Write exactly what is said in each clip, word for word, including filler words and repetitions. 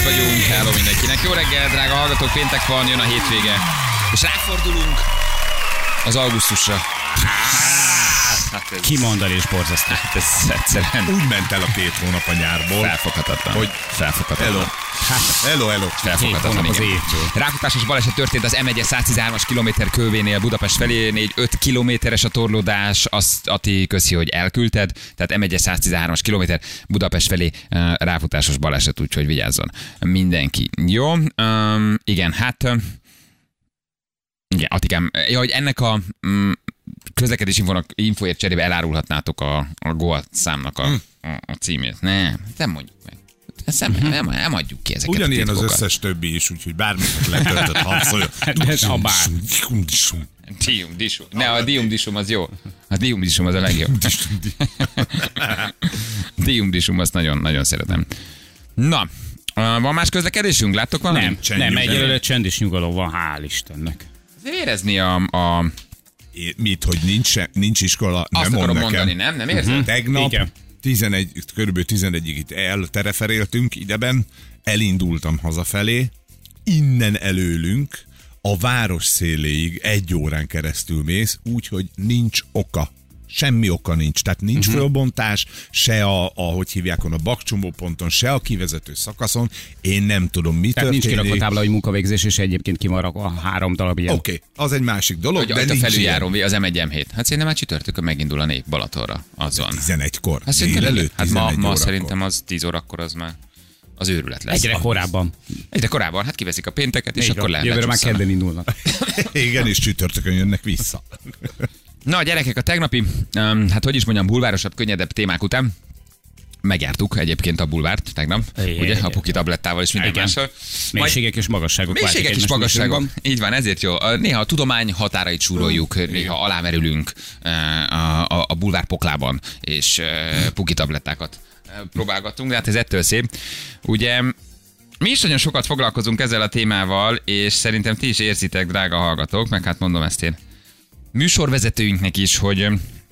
itt vagyunk, hello mindenkinek. Jó reggel, drága hallgatók, péntek van, jön a hétvége. És ráfordulunk az augusztusra. Hát ez... Kimondani és borzasztó. Hát ez egyszerűen... Úgy ment el a két hónap a nyárból. Felfoghatatlan. Hogy felfoghatatlan. Hello. Hello, hello. Felfoghatatlan, az igen. Ráfutásos baleset történt az M egyes száztizenhármas kilométer kővénél Budapest felé, négy-öt kilométeres a torlódás, azt Ati, köszi, hogy elküldted, tehát M egyes száztizenhármas kilométer Budapest felé uh, ráfutásos baleset, úgyhogy vigyázzon mindenki. Jó, um, igen, hát uh, igen, Atikám, ja, hogy ennek a um, közlekedési infóért cserébe elárulhatnátok a, a Goa számnak a, a, a címét. Nem, nem mondjuk meg. Ezt nem, nem, nem adjuk ki ezeket. Ugyanilyen a az titkokat. Összes többi is, úgyhogy bármit letöltött harcolja. A bár. Dium disum. Ne, a dium disum az jó. A dium disum az a legjobb. Dium disum, azt nagyon, nagyon szeretem. Na, van más közlekedésünk? Láttok valamit? Nem, Csend, nem, nyugalom. egyelőre csend és nyugalom van, hál' Istennek. Azért érezni a... a... É, mit, hogy nincs, nincs iskola, Azt nem akarom mond nekem. mondani, nem? Nem érzed? Tegnap Igen. tizenegy, körülbelül tizenegyig itt eltereferéltünk ideben, elindultam hazafelé, innen előlünk, a város széléig egy órán keresztül mész, úgyhogy nincs oka. Semmi oka nincs. Tehát nincs uh-huh. fölbontás, se a, a, hogy hívják, a bakcsomóponton, se a kivezető szakaszon. Én nem tudom, mi Tehát nincs történik. kirakva tábla, hogy munkavégzés, és egyébként kimarad a három darab ilyen. Oké, okay, az egy másik dolog, Hogy de a nincs felüljárón, az M egy M hét. Hát szerintem már csütörtökön megindul a nép Balatonra. Az van. tizenegykor. Hát, szerintem, Délelőtt hát ma, tizenegy ma órakor. szerintem az tíz órakor az már az őrület lesz. Egyre korábban. Egyre korábban, hát kiveszik a pénteket, és Így akkor van. lehet Jövőre már lecsúszanak. kedden indulnak. Igen, és csütörtökön jönnek vissza. Na, a gyerekek, a tegnapi, um, hát hogy is mondjam, bulvárosabb, könnyedebb témák után megjártuk egyébként a bulvárt tegnap, Igen, ugye, igen. a puki tablettával és minden Igen. mással. Mélységek és magasságok. Mélységek váltak és egymás magasságok. műsorban. Így van, ezért jó. Néha a tudomány határait súroljuk, néha alámerülünk a, a, a bulvár poklában, és puki tablettákat próbálgatunk, de hát ez ettől szép. Ugye mi is nagyon sokat foglalkozunk ezzel a témával, és szerintem ti is érzitek, drága hallgatók, meg hát mondom ezt én műsorvezetőinknek is, hogy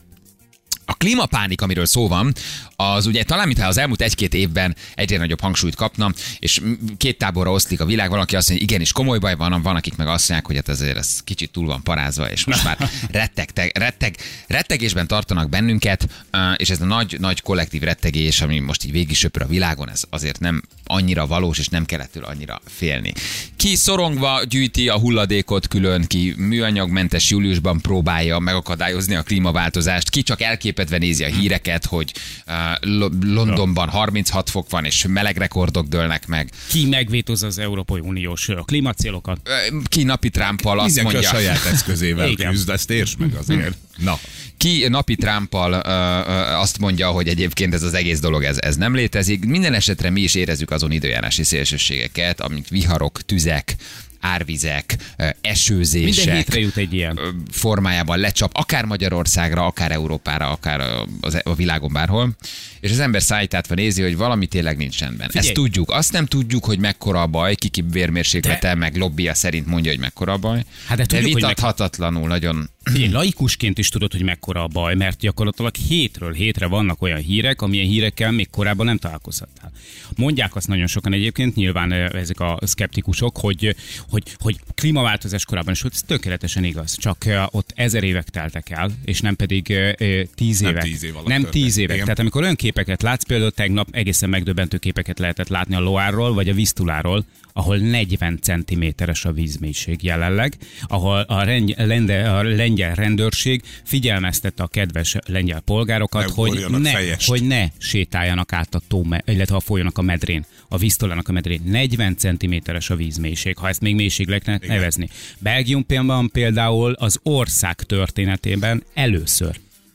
a klímapánik, amiről szó van, az ugye talán mintha az elmúlt egy-két évben egyre nagyobb hangsúlyt kapna, és két táborra oszlik a világ. Van, aki azt mondja, igenis komoly baj van, van, akik meg azt mondják, hogy hát azért ez kicsit túl van parázva, és most már retteg, retteg, rettegésben tartanak bennünket, és ez a nagy, nagy kollektív rettegés, ami most így végig söpör a világon, ez azért nem annyira valós, és nem kellett tőle annyira félni. Ki szorongva gyűjti a hulladékot külön, ki műanyagmentes júliusban próbálja megakadályozni a klímaváltozást, ki csak elképedve nézi a híreket, hogy uh, Londonban harminchat fok van, és melegrekordok dőlnek meg. Ki megvétózza az Európai Uniós klímacélokat? Ki napi Trumpal azt Mindenki mondja... a saját eszközével Igen. küzd, ezt értsd meg azért. Na. Ki napi Trumpal uh, uh, azt mondja, hogy egyébként ez az egész dolog ez, ez nem létezik. Minden esetre mi is érezzük azon időjárási szélsőségeket, amik viharok, tüzek, árvizek, esőzések Minden hétre jut egy ilyen formájában lecsap, akár Magyarországra, akár Európára, akár a világon bárhol. És az ember szájtátva nézi, hogy valami tényleg nincs rendben. Figyelj. Ezt tudjuk. Azt nem tudjuk, hogy mekkora a baj, kiki vérmérséklete, meg lobbija szerint mondja, hogy mekkora a baj. Hát de de tudjuk, hogy meg- vitathatatlanul nagyon... Figyelj, laikusként is tudod, hogy mekkora a baj, mert gyakorlatilag hétről hétre vannak olyan hírek, amilyen hírekkel még korábban nem találkozhattál. Mondják azt nagyon sokan egyébként, nyilván ezek a szkeptikusok, hogy, hogy, hogy klímaváltozás korábban is volt, ez tökéletesen igaz. Csak ott ezer évek teltek el, és nem pedig tíz Nem évek. tíz év alatt nem történt. tíz évek. Igen. Tehát amikor olyan képeket látsz, például tegnap egészen megdöbbentő képeket lehetett látni a Loárról, vagy a Visztuláról, ahol negyven centiméteres a vízmélység jelenleg, ahol a, rengy, lende, a lengyel rendőrség figyelmeztette a kedves lengyel polgárokat, Ne hogy ugorjanak ne, fejest. hogy ne sétáljanak át a tó, illetve a folyónak a medrén, a Visztulának a medrén. negyven centiméteres a vízmélység, ha ezt még mélységnek lehet nevezni. Belgiumban például az ország történetében először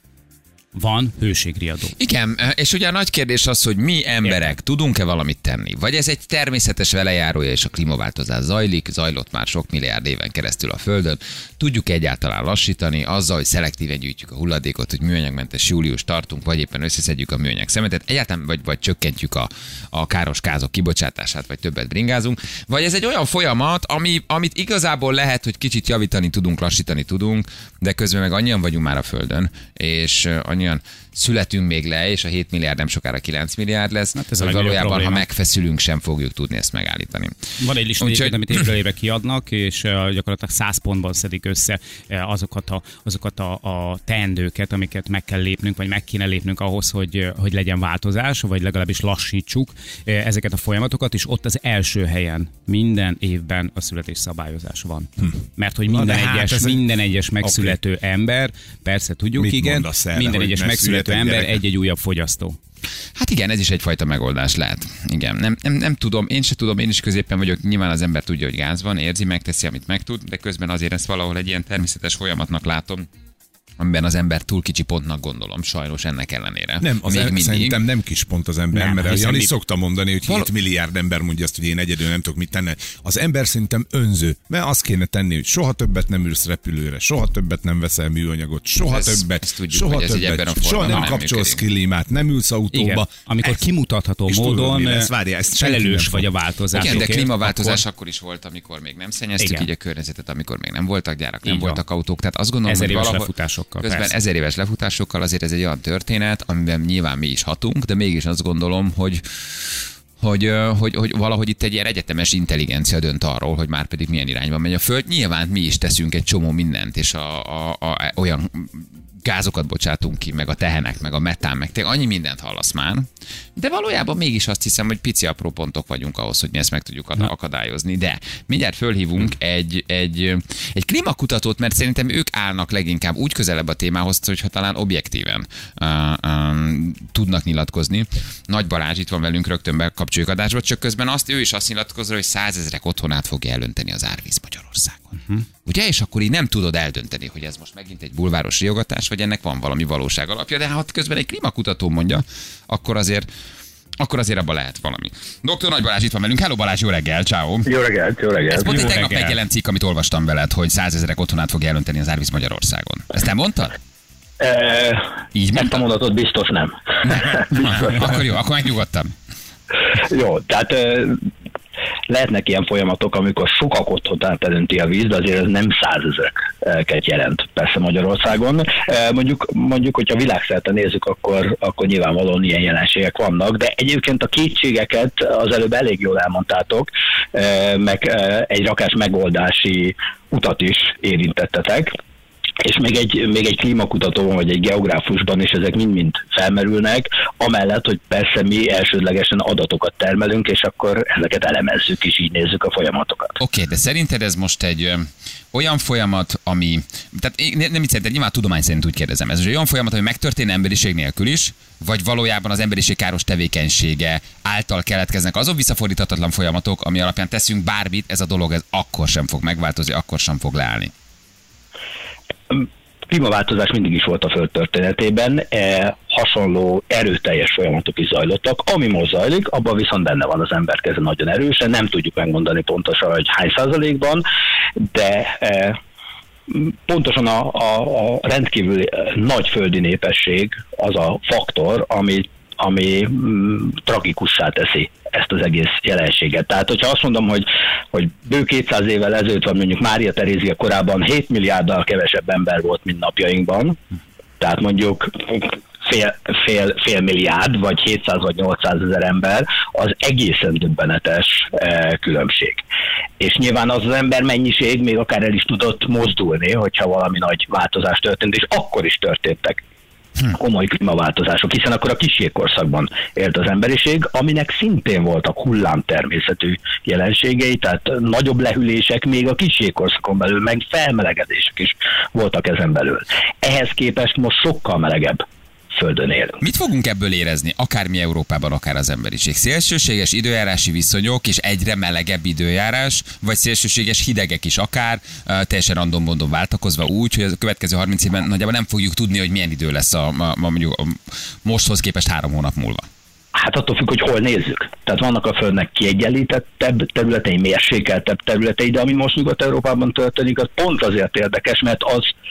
van hőségriadó. Igen, és ugye a nagy kérdés az, hogy mi emberek Értem. tudunk-e valamit tenni? Vagy ez egy természetes velejárója, és a klímaváltozás zajlik, zajlott már sok milliárd éven keresztül a Földön. Tudjuk egyáltalán lassítani azzal, hogy szelektíven gyűjtjük a hulladékot, hogy műanyagmentes július tartunk, vagy éppen összeszedjük a műanyag szemetet, egyáltalán vagy, vagy csökkentjük a, a káros gázok kibocsátását, vagy többet bringázunk. Vagy ez egy olyan folyamat, ami, amit igazából lehet, hogy kicsit javítani tudunk, lassítani tudunk, de közben meg annyian vagyunk már a Földön, és annyian születünk még le, és a hét milliárd nem sokára kilenc milliárd lesz, hát ez hogy valójában, probléma. Ha megfeszülünk, sem fogjuk tudni ezt megállítani. Van egy lista, Úgy, amit évről évre kiadnak, és uh, gyakorlatilag száz pontban szedik össze uh, azokat, a, azokat a, a teendőket, amiket meg kell lépnünk, vagy meg kéne lépnünk ahhoz, hogy, hogy legyen változás, vagy legalábbis lassítsuk uh, ezeket a folyamatokat, és ott az első helyen minden évben a születésszabályozás van. Hm. Mert hogy minden Na, egyes, hát minden egyes megszülető okay. ember, persze tudjuk, Mit igen, erre, minden egyes megszülető ember gyereke. egy-egy újabb fogyasztó. Hát igen, ez is egyfajta megoldás lehet. Igen, nem, nem, nem tudom, én se tudom, én is középen vagyok, nyilván az ember tudja, hogy gáz van, érzi, megteszi, amit megtud, de közben azért ezt valahol egy ilyen természetes folyamatnak látom, amiben az ember túl kicsi pontnak gondolom, sajnos ennek ellenére. Nem, az még el, mindig. Szerintem nem kis pont az ember, nem, mert Jani mi... szokta mondani, hogy Val... hét milliárd ember mondja azt, hogy én egyedül nem tudok mit tenni. Az ember szerintem önző, mert azt kéne tenni, hogy soha többet nem ülsz repülőre, soha többet nem veszel műanyagot, soha ez, többet, ezt tudjuk, soha többet, soha nem, nem kapcsolsz klímát, nem ülsz autóba. Igen, amikor ez, kimutatható módon lesz, várja, felelős vagy a változásokért. Igen, de klímaváltozás akkor... akkor is volt, amikor még nem szennyeztük így a környezetet, amikor még nem voltak gyárak, nem voltak autók. Tehát azt gondolom, hogy valahol lefutásokkal azért ez egy olyan történet, amiben nyilván mi is hatunk, de mégis azt gondolom, hogy Hogy, hogy, hogy valahogy itt egy ilyen egyetemes intelligencia dönt arról, hogy már pedig milyen irányba megy a Föld. Nyilván mi is teszünk egy csomó mindent, és a, a, a, olyan gázokat bocsátunk ki, meg a tehenek, meg a metán, meg tényleg annyi mindent hallasz már. De valójában mégis azt hiszem, hogy pici apró pontok vagyunk ahhoz, hogy mi ezt meg tudjuk akadályozni. De mindjárt fölhívunk egy, egy, egy klímakutatót, mert szerintem ők állnak leginkább úgy közelebb a témához, hogyha talán objektíven uh, um, tudnak nyilatkozni. Nagy Balázs itt van velünk, rögtön bekapcsoljuk adásba, csak közben azt ő is azt nyilatkozza, hogy százezrek otthonát fogja elönteni az árvíz Magyarországon. Uh-huh. Ugye? És akkor így nem tudod eldönteni, hogy ez most megint egy bulváros riogatás, vagy ennek van valami valóság alapja, de ha közben egy klímakutató mondja, akkor azért akkor azért abban lehet valami. doktor Nagy Balázs itt van velünk. Hello Balázs, jó reggel, ciao. Jó reggel, jó reggel. Ez pont egy tegnap megjelent cikk, amit olvastam veled, hogy százezrek otthonát fogja elönteni az árvíz Magyarországon. Ezt nem mondtad? E, Így mondtad? Ezt a mondatot biztos nem. biztos nem. Akkor jó, akkor megnyugodtam. Jó, tehát lehetnek ilyen folyamatok, amikor sokak otthonát elönti a víz, de azért ez nem százezreket jelent persze Magyarországon. Mondjuk, mondjuk hogyha világszerte nézzük, akkor, akkor nyilvánvalóan ilyen jelenségek vannak, de egyébként a kétségeket az előbb elég jól elmondtátok, meg egy rakás megoldási utat is érintettetek. És még egy, még egy klímakutató vagy egy geográfusban is ezek mind-mind felmerülnek, amellett, hogy persze mi elsődlegesen adatokat termelünk, és akkor ezeket elemezzük, és így nézzük a folyamatokat. Oké, okay, de szerinted ez most egy ö, olyan folyamat, ami, tehát nem, nem így szerintem, nyilván tudomány szerint úgy kérdezem, ez egy olyan folyamat, ami megtörténne emberiség nélkül is, vagy valójában az emberiség káros tevékenysége által keletkeznek azon visszafordíthatatlan folyamatok, ami alapján teszünk bármit, ez a dolog ez akkor sem fog megváltozni, akkor sem fog leállni. Klímaváltozás mindig is volt a Föld történetében, e, hasonló erőteljes folyamatok is zajlottak. Ami most zajlik, abban viszont benne van az ember keze nagyon erősen, nem tudjuk megmondani pontosan, hogy hány százalékban, de e, pontosan a, a, a rendkívül nagy földi népesség az a faktor, ami, ami mm, tragikussá teszi ezt az egész jelenséget. Tehát, hogyha azt mondom, hogy, hogy bő kétszáz évvel ezelőtt van mondjuk Mária Terézia korában hét milliárddal kevesebb ember volt, mint napjainkban, tehát mondjuk fél, fél, fél milliárd, vagy hétszáz vagy nyolcszáz ezer ember, az egészen döbbenetes eh, különbség. És nyilván az az ember mennyiség még akár el is tudott mozdulni, hogyha valami nagy változás történt, és akkor is történtek komoly klímaváltozások, hiszen akkor a kisjégkorszakban élt az emberiség, aminek szintén voltak hullámtermészetű jelenségei, tehát nagyobb lehűlések még a kisjégkorszakon belül, meg felmelegedések is voltak ezen belül. Ehhez képest most sokkal melegebb Földön élünk. Mit fogunk ebből érezni, akár mi Európában, akár az emberiség? Szélsőséges időjárási viszonyok és egyre melegebb időjárás, vagy szélsőséges hidegek is akár, teljesen random módon váltakozva úgy, hogy a következő harminc évben nagyjából nem fogjuk tudni, hogy milyen idő lesz a, a, a, mondjuk a mosthoz képest három hónap múlva. Hát attól függ, hogy hol nézzük. Tehát vannak a Földnek kiegyenlítettebb területei, mérsékeltebb területei, de ami most Nyugat-Európában történik, az pont azért érdekes, mert az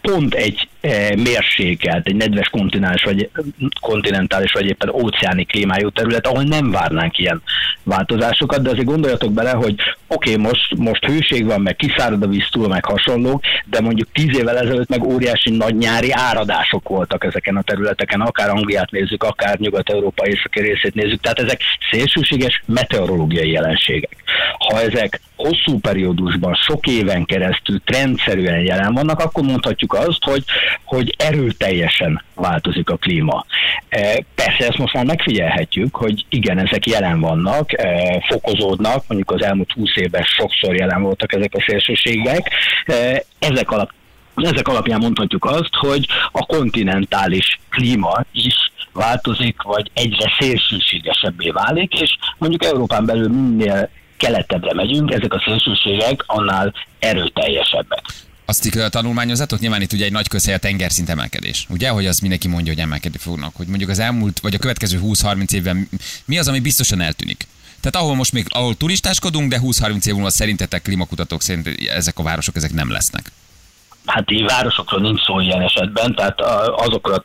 pont egy e, mérsékelt, egy nedves kontinens, vagy kontinentális, vagy éppen óceáni klímájú terület, ahol nem várnánk ilyen változásokat, de azért gondoljatok bele, hogy oké, okay, most, most hőség van, meg kiszárad a víz túl, meg hasonlók, de mondjuk tíz évvel ezelőtt meg óriási nagy nyári áradások voltak ezeken a területeken, akár Angliát nézzük, akár Nyugat-Európa északi részét nézzük, tehát ezek szélsőséges meteorológiai jelenségek. Ha ezek hosszú periódusban, sok éven keresztül rendszerűen jelen vannak, akkor mondhatjuk azt, hogy, hogy erőteljesen változik a klíma. Persze ezt most már megfigyelhetjük, hogy igen, ezek jelen vannak, fokozódnak, mondjuk az elmúlt húsz évben sokszor jelen voltak ezek a szélsőségek. Ezek alap, ezek alapján mondhatjuk azt, hogy a kontinentális klíma is változik, vagy egyre szélsőségesebbé válik, és mondjuk Európán belül minél keletebbre megyünk, ezek a szélsőségek annál erőteljesebbek. Azt tanulmányozatok? Nyilván itt ugye egy nagy közhely a tengerszint emelkedés. Ugye, hogy az mindenki mondja, hogy emelkedni fognak. Hogy mondjuk az elmúlt, vagy a következő húsz-harminc évben mi az, ami biztosan eltűnik? Tehát ahol most még, ahol turistáskodunk, de húsz-harminc év múlva szerintetek, klímakutatók szerint ezek a városok, ezek nem lesznek. Hát így városokról nincs szó ilyen esetben, tehát azokról a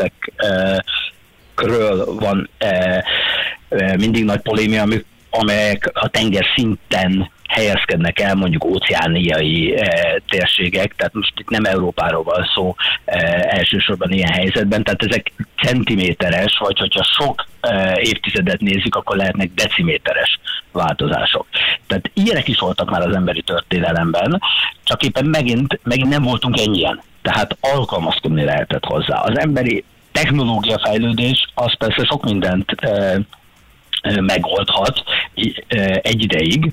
területekről van mindig nagy polémia, amelyek a tenger szinten helyezkednek el, mondjuk óceániai e, térségek, tehát most itt nem Európáról van szó e, elsősorban ilyen helyzetben, tehát ezek centiméteres, vagy hogyha sok e, évtizedet nézzük, akkor lehetnek deciméteres változások. Tehát ilyenek is voltak már az emberi történelemben, csak éppen megint, megint nem voltunk ennyien, tehát alkalmazkodni lehetett hozzá. Az emberi technológia fejlődés az persze sok mindent e, megoldhat egy ideig,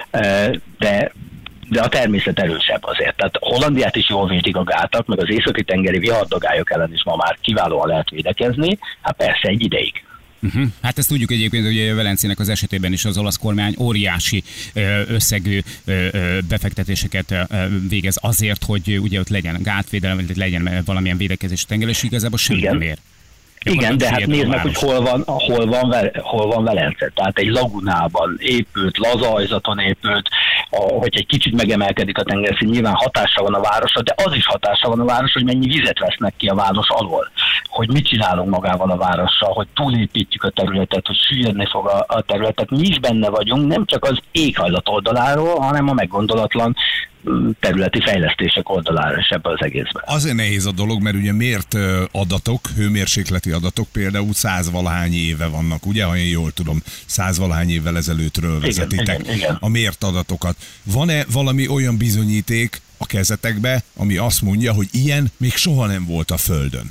de, de a természet erősebb azért. Tehát Hollandiát is jól védik a gátak, meg az északi tengeri vihardagályok ellen is ma már kiválóan lehet védekezni, hát persze egy ideig. Uh-huh. Hát ezt tudjuk egyébként, hogy Velencének az esetében is az olasz kormány óriási összegű befektetéseket végez azért, hogy ugye ott legyen gátvédelem, vagy legyen valamilyen védekezés a tenger, és igazából semmi nem ér. Igen, de hát nézd meg, hogy hol van, hol, van, hol van Velence. Tehát egy lagunában épült, lazajzaton épült, hogy egy kicsit megemelkedik a tengerszint, nyilván hatása van a városra, de az is hatása van a város, hogy mennyi vizet vesznek ki a város alól. Hogy mit csinálunk magával a várossal, hogy túlépítjük a területet, hogy süllyedni fog a, a területet. Mi is benne vagyunk, nem csak az éghajlat oldaláról, hanem a meggondolatlan területi fejlesztések oldalára is ebben az egészben. Azért nehéz a dolog, mert ugye mért adatok, hőmérsékleti adatok például százvalahány éve vannak, ugye, ha én jól tudom, százvalahány évvel ezelőttről vezetitek igen, igen, a mért adatokat. Van-e valami olyan bizonyíték a kezetekbe, ami azt mondja, hogy ilyen még soha nem volt a Földön?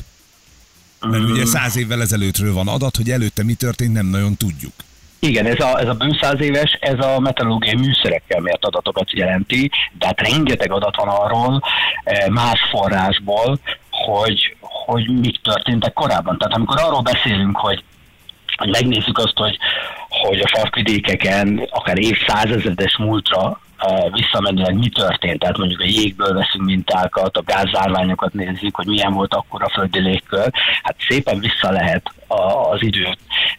Mert mm. ugye száz évvel ezelőttről van adat, hogy előtte mi történt, nem nagyon tudjuk. Igen, ez a, ez a bő száz éves, ez a meteorológiai műszerekkel mért adatokat jelenti, de hát rengeteg adat van arról, más forrásból, hogy, hogy mik történtek korábban. Tehát amikor arról beszélünk, hogy, hogy megnézzük azt, hogy, hogy a sarkvidékeken akár évszázezedes múltra visszamenőleg mi történt, tehát mondjuk a jégből veszünk mintákat, a gázzárványokat nézzük, hogy milyen volt akkor a földi légkör, hát szépen vissza lehet az időt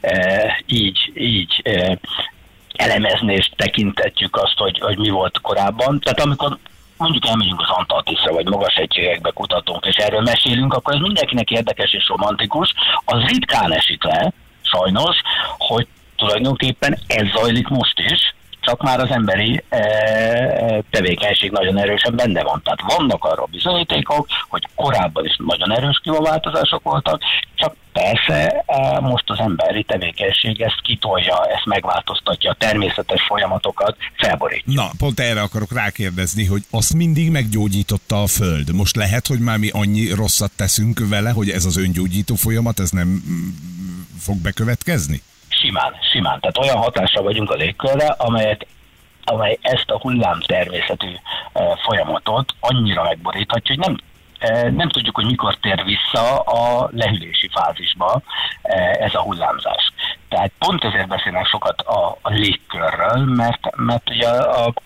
e, így, így e, elemezni, és tekintetjük azt, hogy, hogy mi volt korábban. Tehát amikor mondjuk elmegyünk az Antarktiszra, vagy magas hegységekbe kutatunk, és erről mesélünk, akkor ez mindenkinek érdekes és romantikus. Az ritkán esik le, sajnos, hogy tulajdonképpen ez zajlik most is, csak már az emberi e, tevékenység nagyon erősen benne van. Tehát vannak arra bizonyítékok, hogy korábban is nagyon erős klímaváltozások voltak, csak persze e, most az emberi tevékenység ezt kitolja, ezt megváltoztatja, a természetes folyamatokat felborítja. Na, pont erre akarok rákérdezni, hogy azt mindig meggyógyította a Föld. Most lehet, hogy már mi annyi rosszat teszünk vele, hogy ez az öngyógyító folyamat, ez nem fog bekövetkezni? Simán, simán. Tehát olyan hatással vagyunk a légkörre, amelyet, amely ezt a hullám természetű e, folyamatot annyira megboríthatja, hogy nem, e, nem tudjuk, hogy mikor tér vissza a lehűlési fázisba e, ez a hullámzás. Tehát pont ezért beszélnek sokat a, a légkörről, mert, mert ugye a, a,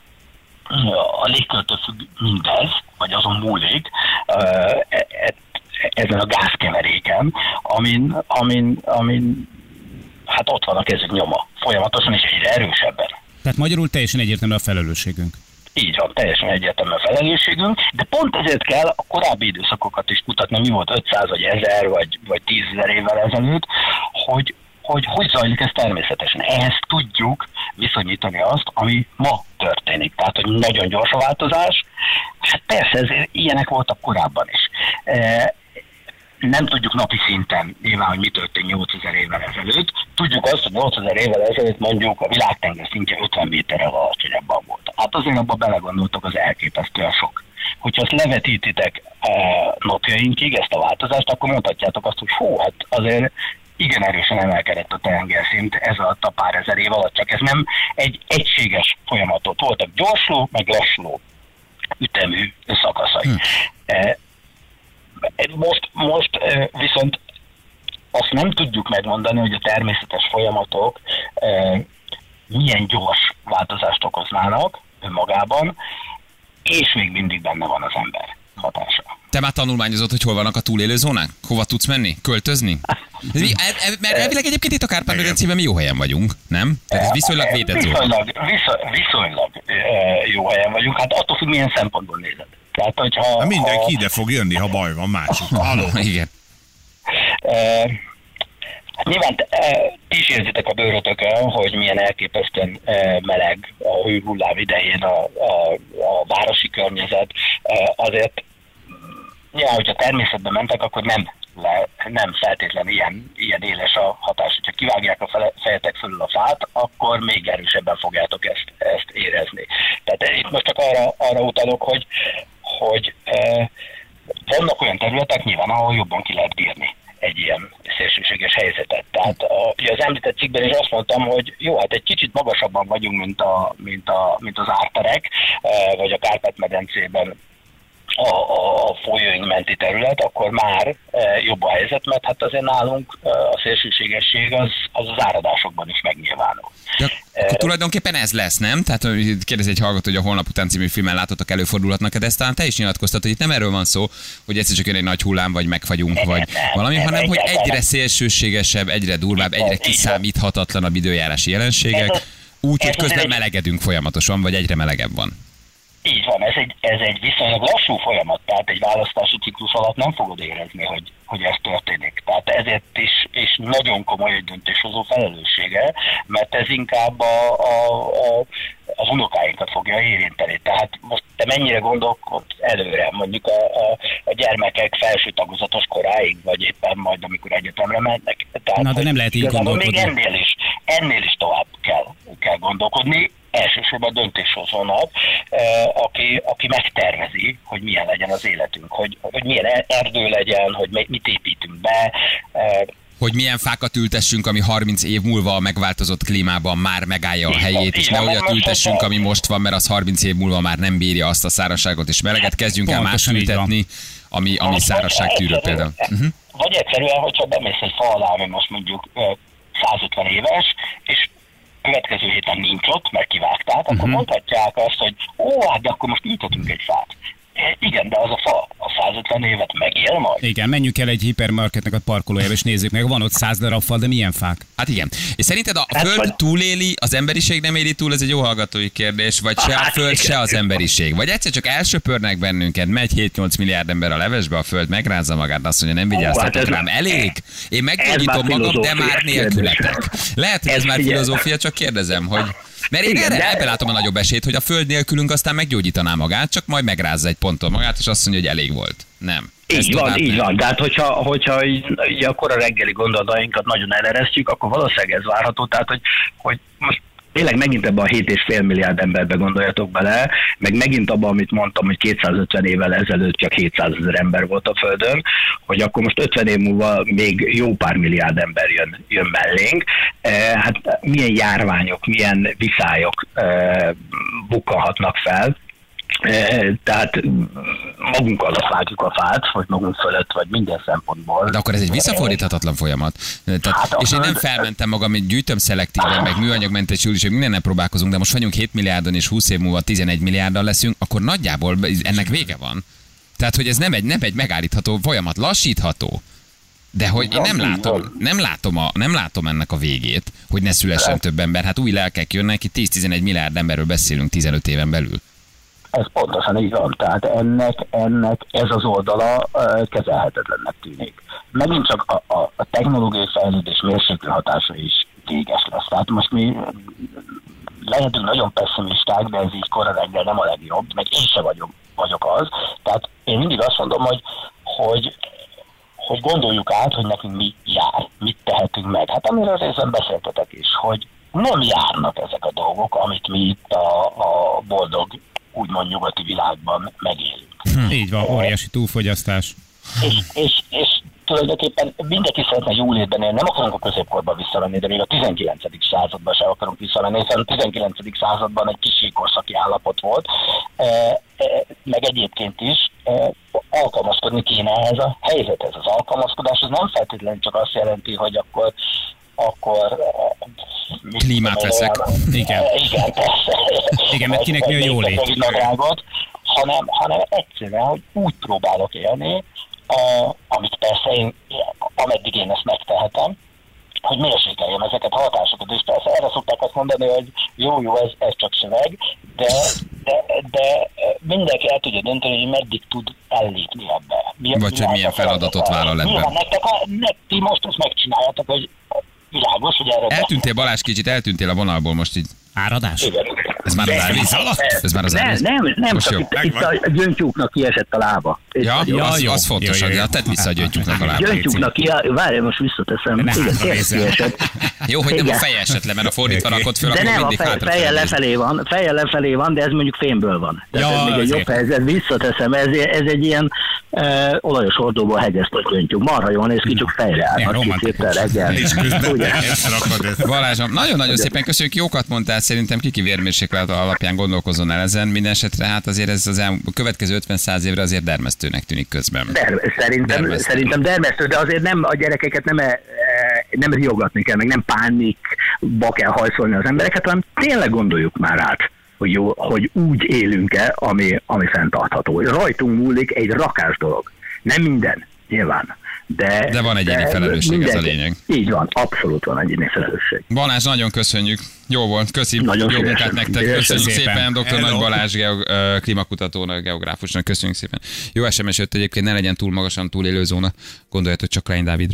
a légkörtől függ mindez, vagy azon múlik, e, e, ezen a gázkeveréken, amin, amin, amin hát ott van a kezük nyoma, folyamatosan és egyre erősebben. Tehát magyarul teljesen egyértelmű a felelősségünk. Így van, teljesen egyértelmű a felelősségünk, de pont ezért kell a korábbi időszakokat is kutatni, mi volt ötszáz vagy ezer vagy, vagy tízezer évvel ezelőtt, hogy hogy hogy zajlik ez természetesen. Ehhez tudjuk viszonyítani azt, ami ma történik. Tehát, hogy nagyon gyors a változás, hát persze, ezért ilyenek voltak korábban is. E, nem tudjuk napi szinten nyilván, hogy mi történt nyolcezer évvel ezelőtt. Tudjuk azt, hogy nyolcezer évvel ezelőtt mondjuk a világtenger szintje ötven méterrel alacsonyabban volt. Hát azért abban belegondoltok, az elképesztően sok. Hogyha ezt levetítitek e, napjainkig, ezt a változást, akkor mondhatjátok azt, hogy hú, hát azért igen erősen emelkedett a tengerszint ez alatt a pár ezer év alatt, csak ez nem egy egységes folyamatot. Voltak gyorsuló, meg lassuló ütemű szakaszai. Hm. Most, most viszont azt nem tudjuk megmondani, hogy a természetes folyamatok milyen gyors változást okoznának önmagában, és még mindig benne van az ember hatása. Te már tanulmányozott, hogy hol vannak a túlélő zónák? Hova tudsz menni? Költözni? Mert elvileg egyébként itt a Kárpát-medencében mi jó helyen vagyunk, nem? Tehát ez viszonylag védett zóna. Viszonylag, viszonylag, viszonylag jó helyen vagyunk, hát attól függ, milyen szempontból nézed. Tehát, hogyha, ha mindenki ha... ide fog jönni, ha baj van másik. Halló. Igen. Hát nyilván ti is érzitek a bőrötökön, hogy milyen elképesztően meleg a hőhullám idején a, a, a városi környezet. Azért nyilván, hogyha természetben mentek, akkor nem, le, nem feltétlenül ilyen, ilyen éles a hatás. Hogyha kivágják a fejetek fölül a fát, akkor még erősebben fogjátok ezt, ezt érezni. Tehát itt most csak arra, arra utalok, hogy, hogy e, vannak olyan területek nyilván, ahol jobban ki lehet bírni egy ilyen szélsőséges helyzetet. Tehát a, ugye az említett cikkben is azt mondtam, hogy jó, hát egy kicsit magasabban vagyunk, mint, a, mint, a, mint az árterek, e, vagy a Kárpát-medencében a, a folyóink menti terület, akkor már e, jobb a helyzet, mert hát azért nálunk e, a szélsőségesség az, az az áradásokban is megnyilvánul. De akkor tulajdonképpen ez lesz, nem? Tehát kérdezi egy hallgató, hogy a Holnap után című filmen látottak, előfordulhatnak, de ezt talán te is nyilatkoztat, hogy itt nem erről van szó, hogy egyszer csak jön egy nagy hullám, vagy megfagyunk, nem, vagy nem, valami, nem, hanem hogy egyre szélsőségesebb, egyre durvább, egyre kiszámíthatatlanabb időjárási jelenségek, úgy, hogy közben melegedünk folyamatosan, vagy egyre melegebb van. Így van, ez egy, ez egy viszonylag lassú folyamat, tehát egy választási ciklus alatt nem fogod érezni, hogy, hogy ez történik. Tehát ezért is, is nagyon komoly egy döntéshozó felelőssége, mert ez inkább a, a, a, az unokáinkat fogja érinteni. Tehát most te mennyire gondolkodsz előre, mondjuk a, a, a gyermekek felső tagozatos koráig, vagy éppen majd, amikor egyetemre mennek. Tehát, na, de nem lehet így gondolkodni. Még ennél is, ennél is tovább kell, kell gondolkodni. Elsősorban döntéshozónak, aki, aki megtervezi, hogy milyen legyen az életünk, hogy, hogy milyen erdő legyen, hogy mit építünk be. Hogy milyen fákat ültessünk, ami harminc év múlva a megváltozott klímában már megállja a helyét, és ne olyat ültessünk, ami most van, mert az harminc év múlva már nem bírja azt a szárazságot és meleget. Kezdjünk el más ültetni, ami, ami szárazságtűrő például. Uh-huh. Vagy egyszerűen, hogyha bemész egy fa alá, ami most mondjuk százötven éves, és következő héten nincs ott, mert kivágták, akkor uh-huh. mondhatják azt, hogy ó, hát de akkor most ültetünk egy fát. Igen, de az a fa a százötven évet megél majd. Igen, menjünk el egy hipermarketnek a parkolójába, és nézzük meg, van ott száz darab fa, de milyen fák? Hát igen. És szerinted a hát Föld vagy... túléli, az emberiség nem éli túl? Ez egy jó hallgatói kérdés. Vagy se a Föld, se az emberiség. Vagy egyszer csak elsöpörnek bennünket, megy hét-nyolc milliárd ember a levesbe, a Föld megrázza magát, azt mondja, nem vigyáztatok rám. Elég? Én meggyógyítom magam, de már nélkületek. Lehet, hogy ez, ez már filozófia, csak kérdezem, hogy... Mert én igen, erre, ebben látom a nagyobb esélyt, hogy a Föld nélkülünk aztán meggyógyítaná magát, csak majd megrázza egy ponton magát, és azt mondja, hogy elég volt. Nem. Így van, így van. De hát, hogyha, hogyha így, így akkor a reggeli gondolatainkat nagyon eleresztjük, akkor valószínűleg ez várható. Tehát, hogy, hogy most tényleg megint ebben a hét és fél milliárd emberbe gondoljatok bele, meg megint abban, amit mondtam, hogy kétszázötven évvel ezelőtt csak hétszázezer ember volt a Földön, hogy akkor most ötven év múlva még jó pár milliárd ember jön, jön mellénk. E, hát milyen járványok, milyen viszályok e, bukkanhatnak fel. Tehát magunk alatt vágjuk a fát, vagy magunk fölött, vagy minden szempontból. De akkor ez egy visszafordíthatatlan folyamat. Tehát, hát és én nem felmentem magam, hogy gyűjtöm szelektíven, meg műanyagmentes ülések, mindennel próbálkozunk, de most vagyunk hét milliárdon, és húsz év múlva tizenegy milliárddal leszünk, akkor nagyjából ennek vége van. Tehát, hogy ez nem egy, nem egy megállítható folyamat, lassítható. De hogy én nem látom, nem látom, a, nem látom ennek a végét, hogy ne szülessen több ember. Hát új lelkek jönnek, itt tíz-tizenegy milliárd emberről beszélünk tizenöt éven belül. Ez pontosan így van. Tehát ennek, ennek ez az oldala uh, kezelhetetlennek tűnik. Megint csak a, a, a technológiai fejlődés mérséklő hatása is véges lesz. Tehát most mi lehetünk nagyon pessimisták, de ez így korán reggel nem a legjobb, meg én se vagyok, vagyok az. Tehát én mindig azt mondom, hogy, hogy, hogy gondoljuk át, hogy nekünk mi jár, mit tehetünk meg. Hát amiről részben beszéltetek is, hogy nem járnak ezek a dolgok, amit mi itt a, a boldog, úgymond nyugati világban megélünk. Hm. Így van, óriási túlfogyasztás. És, és, és tulajdonképpen mindenki szeretne jólétben élni, nem akarunk a középkorba visszamenni, de még a tizenkilencedik században sem akarunk visszamenni, hiszen a tizenkilencedik században egy kis jégkorszaki állapot volt, e, e, meg egyébként is e, alkalmazkodni kéne ehhez a helyzethez. Az alkalmazkodás az nem feltétlenül csak azt jelenti, hogy akkor akkor klímát veszek. Igen. Igen, persze. Igen, mert kinek mi a jólét. Hanem, hanem egyszerűen, hogy úgy próbálok élni, a, amit persze én, ameddig én ezt megtehetem, hogy mérsékeljem ezeket a hatásokat. És persze erre szokták azt mondani, hogy jó, jó, ez, ez csak szöveg, de, de, de mindenki el tudja dönteni, hogy meddig tud ellépni ebbe. Mi, Vagy hogy milyen feladatot vállal ebben. Nyilván nektek, ne, ti most ezt megcsináljátok, hogy világos, hogy erre... Eltűntél, Balázs, kicsit eltűntél a vonalból most így. Áradás? Igen. Ez már az árvíz alatt? Ez már az Nem, árvíz? nem, nem, Most csak jó. itt, itt a gyöngyúknak kiesett a lába. Ja, Ja, az, jó. az fontos, Jó, jó, jó. hogy tedd vissza a gyöngytyúknak a lábát. Gyöngyúknak ki, várj, most visszateszem. Ne, Igen, hát, tényleg nézzel. kiesett. Jó, hogy nem a Igen. feje esett le, mert a fordítva rakott föl, De akkor nem, a mindig fej, hátra fejjel felnéz. lefelé van, fejjel lefelé van, de ez mondjuk fémből van. Tehát Ja, ez még egy azért. jobb helyzet, visszateszem, ez, ez egy ilyen uh, olajos hordóból hegyeztet gyöngytyúk. Marha jól néz ki, csak fejre Ilyen állnak romantikus. kicsit reggel. És közben Ugye? ezt rakod ezt. Balázsom, nagyon-nagyon szépen köszönjük, jókat mondtál, szerintem kiki vérmérséklet alapján gondolkozzon el ezen. Minden esetre hát azért ez az el, a következő ötven-száz évre azért dermesztőnek tűnik közben. Der, szerintem, Dermesztő. szerintem dermesztő, de azért nem a gyerekeket nem, e, nem riogatni kell, meg nem pánikba kell hajszolni az embereket, hanem tényleg gondoljuk már át, hogy, jó, hogy úgy élünk-e, ami, ami fenntartható. Rajtunk múlik egy rakás dolog. Nem minden, nyilván. De, De van egyéni felelősség, ez a lényeg. Így van, abszolút van egyéni felelősség. Balázs, nagyon köszönjük. Jó volt, köszi. Nagyon Jó szívesen. munkát nektek. Szívesen. Köszönjük Szépen. szépen, doktor Hello. Nagy Balázs, geog, ö, klímakutatónak, geográfusnak. Köszönjük szépen. Jó es em es jött egyébként, ne legyen túl magasan túlélő zóna. Gondoljatok csak Klein Dávidra.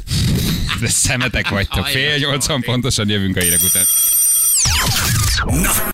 De szemetek vagytok. Fél nyolcan pontosan jövünk a hírek után.